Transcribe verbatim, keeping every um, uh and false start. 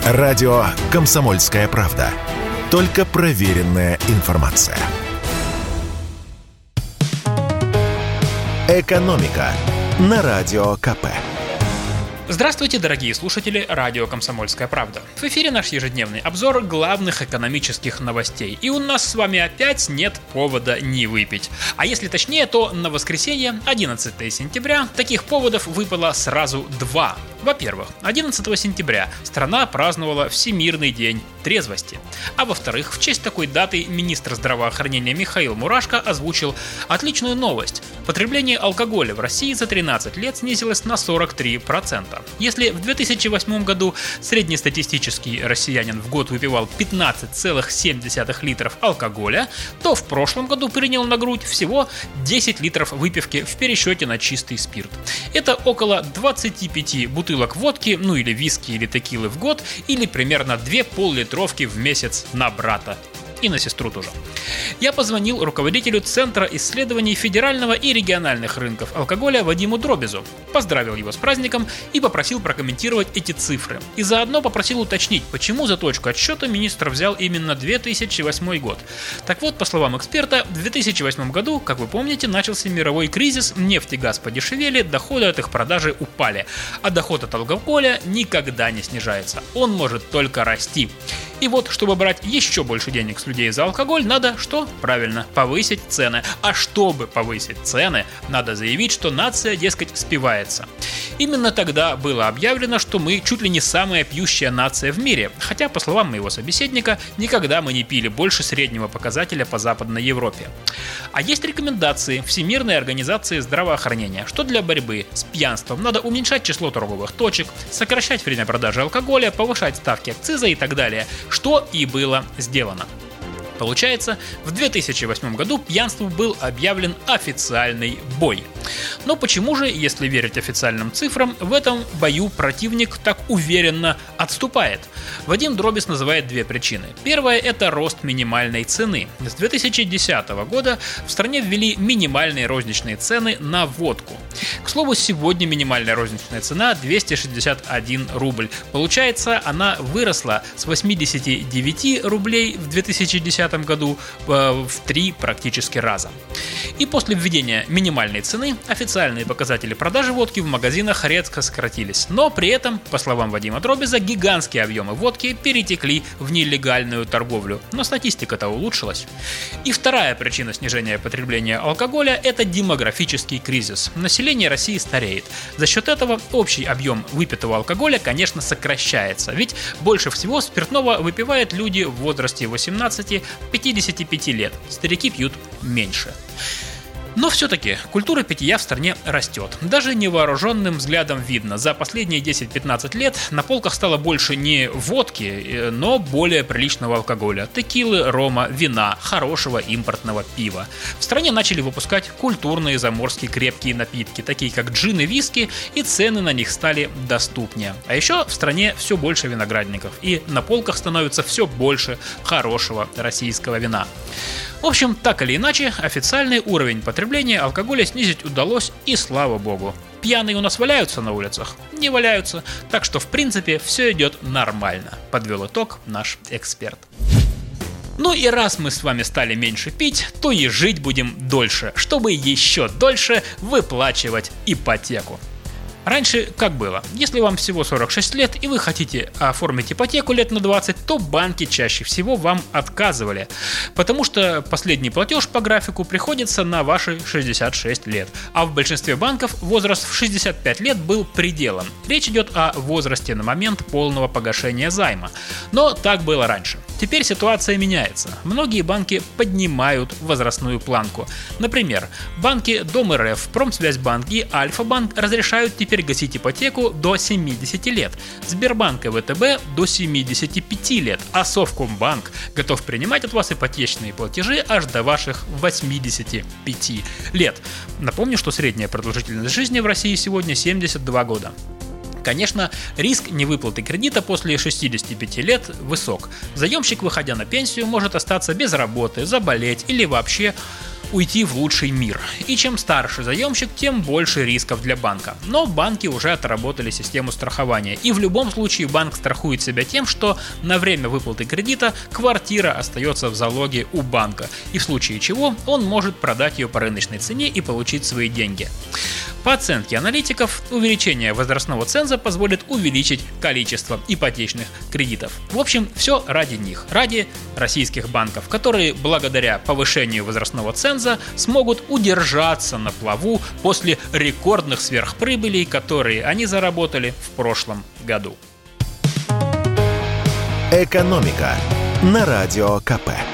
Радио «Комсомольская правда». Только проверенная информация. «Экономика» на Радио КП. Здравствуйте, дорогие слушатели радио «Комсомольская правда». В эфире наш ежедневный обзор главных экономических новостей. И у нас с вами опять нет повода не выпить. А если точнее, то на воскресенье, одиннадцатого сентября, таких поводов выпало сразу два. Во-первых, одиннадцатого сентября страна праздновала Всемирный день трезвости. А во-вторых, в честь такой даты министр здравоохранения Михаил Мурашко озвучил отличную новость. Потребление алкоголя в России за тринадцать лет снизилось на сорок три процента. Если в две тысячи восьмом году среднестатистический россиянин в год выпивал пятнадцать целых семь десятых литров алкоголя, то в прошлом году принял на грудь всего десять литров выпивки в пересчете на чистый спирт. Это около двадцать пять бутылок водки, ну или виски или текилы в год, или примерно две пол-литровки в месяц на брата. И на сестру тоже. Я позвонил руководителю Центра исследований федерального и региональных рынков алкоголя Вадиму Дробизу, поздравил его с праздником и попросил прокомментировать эти цифры. И заодно попросил уточнить, почему за точку отсчета министр взял именно две тысячи восьмой год. Так вот, по словам эксперта, в две тысячи восьмом году, как вы помните, начался мировой кризис, нефть и газ подешевели, доходы от их продажи упали. А доход от алкоголя никогда не снижается, он может только расти. И вот, чтобы брать еще больше денег с людей за алкоголь, надо что? Правильно, повысить цены. А чтобы повысить цены, надо заявить, что нация, дескать, спивается. Именно тогда было объявлено, что мы чуть ли не самая пьющая нация в мире, хотя, по словам моего собеседника, никогда мы не пили больше среднего показателя по Западной Европе. А есть рекомендации Всемирной организации здравоохранения, что для борьбы с пьянством надо уменьшать число торговых точек, сокращать время продажи алкоголя, повышать ставки акциза и так далее, что и было сделано. Получается, в две тысячи восьмом году пьянству был объявлен официальный бой. Но почему же, если верить официальным цифрам, в этом бою противник так уверенно отступает? Вадим Дробис называет две причины. Первая – это рост минимальной цены. С две тысячи десятого года в стране ввели минимальные розничные цены на водку. К слову, сегодня минимальная розничная цена двести шестьдесят один рубль. Получается, она выросла с восьмидесяти девяти рублей в две тысячи десятом году в три практически раза. И после введения минимальной цены официальные показатели продажи водки в магазинах резко сократились. Но при этом, по словам Вадима Дробиза, гигантские объемы водки перетекли в нелегальную торговлю. Но статистика-то улучшилась. И вторая причина снижения потребления алкоголя – это демографический кризис. Население России стареет. За счет этого общий объем выпитого алкоголя, конечно, сокращается. Ведь больше всего спиртного выпивают люди в возрасте восемнадцати-пятидесяти пяти лет. Старики пьют меньше. Но все-таки культура питья в стране растет. Даже невооруженным взглядом видно. За последние десять-пятнадцать лет на полках стало больше не водки, но более приличного алкоголя. Текилы, рома, вина, хорошего импортного пива. В стране начали выпускать культурные заморские крепкие напитки, такие как джин и виски, и цены на них стали доступнее. А еще в стране все больше виноградников, и на полках становится все больше хорошего российского вина. В общем, так или иначе, официальный уровень потребления алкоголя снизить удалось, и слава богу. Пьяные у нас валяются на улицах? Не валяются, так что в принципе все идет нормально, подвел итог наш эксперт. Ну и раз мы с вами стали меньше пить, то и жить будем дольше, чтобы еще дольше выплачивать ипотеку. Раньше как было? Если вам всего сорок шесть лет и вы хотите оформить ипотеку лет на двадцать, то банки чаще всего вам отказывали, потому что последний платеж по графику приходится на ваши шестьдесят шесть лет, а в большинстве банков возраст в шестьдесят пять лет был пределом. Речь идет о возрасте на момент полного погашения займа. Но так было раньше. Теперь ситуация меняется. Многие банки поднимают возрастную планку. Например, банки Дом.РФ, Промсвязьбанк и Альфа-банк разрешают теперь гасить ипотеку до семидесяти лет, Сбербанк и ВТБ до семидесяти пяти лет, а Совкомбанк готов принимать от вас ипотечные платежи аж до ваших восьмидесяти пяти лет. Напомню, что средняя продолжительность жизни в России сегодня семьдесят два года. Конечно, риск невыплаты кредита после шестидесяти пяти лет высок. Заемщик, выходя на пенсию, может остаться без работы, заболеть или вообще уйти в лучший мир. И чем старше заемщик, тем больше рисков для банка. Но банки уже отработали систему страхования. И в любом случае банк страхует себя тем, что на время выплаты кредита квартира остается в залоге у банка. И в случае чего он может продать ее по рыночной цене и получить свои деньги. По оценке аналитиков, увеличение возрастного ценза позволит увеличить количество ипотечных кредитов. В общем, все ради них, ради российских банков, которые благодаря повышению возрастного ценза смогут удержаться на плаву после рекордных сверхприбылей, которые они заработали в прошлом году. Экономика на Радио ка пэ.